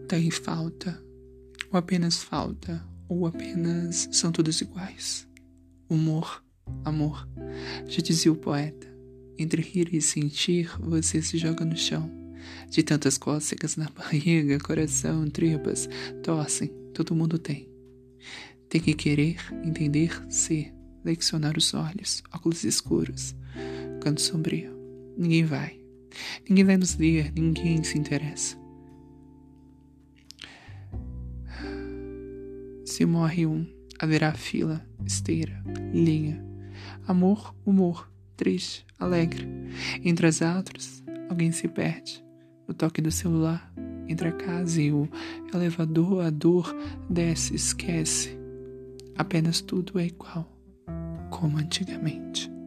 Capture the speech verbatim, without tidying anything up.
tem falta, ou apenas falta, ou apenas são todos iguais. Humor, amor, já dizia o poeta. Entre rir e sentir, você se joga no chão. De tantas cócegas na barriga, coração, tripas, tossem, todo mundo tem. Tem que querer, entender, ser, leccionar os olhos, óculos escuros, canto sombrio. Ninguém vai. Ninguém vai nos ler, ninguém se interessa. Se morre um, haverá fila, esteira, linha. Amor, humor, triste, alegre. Entre as outras, alguém se perde. O toque do celular, entre a casa e o elevador, a dor desce, esquece. Apenas tudo é igual, como antigamente.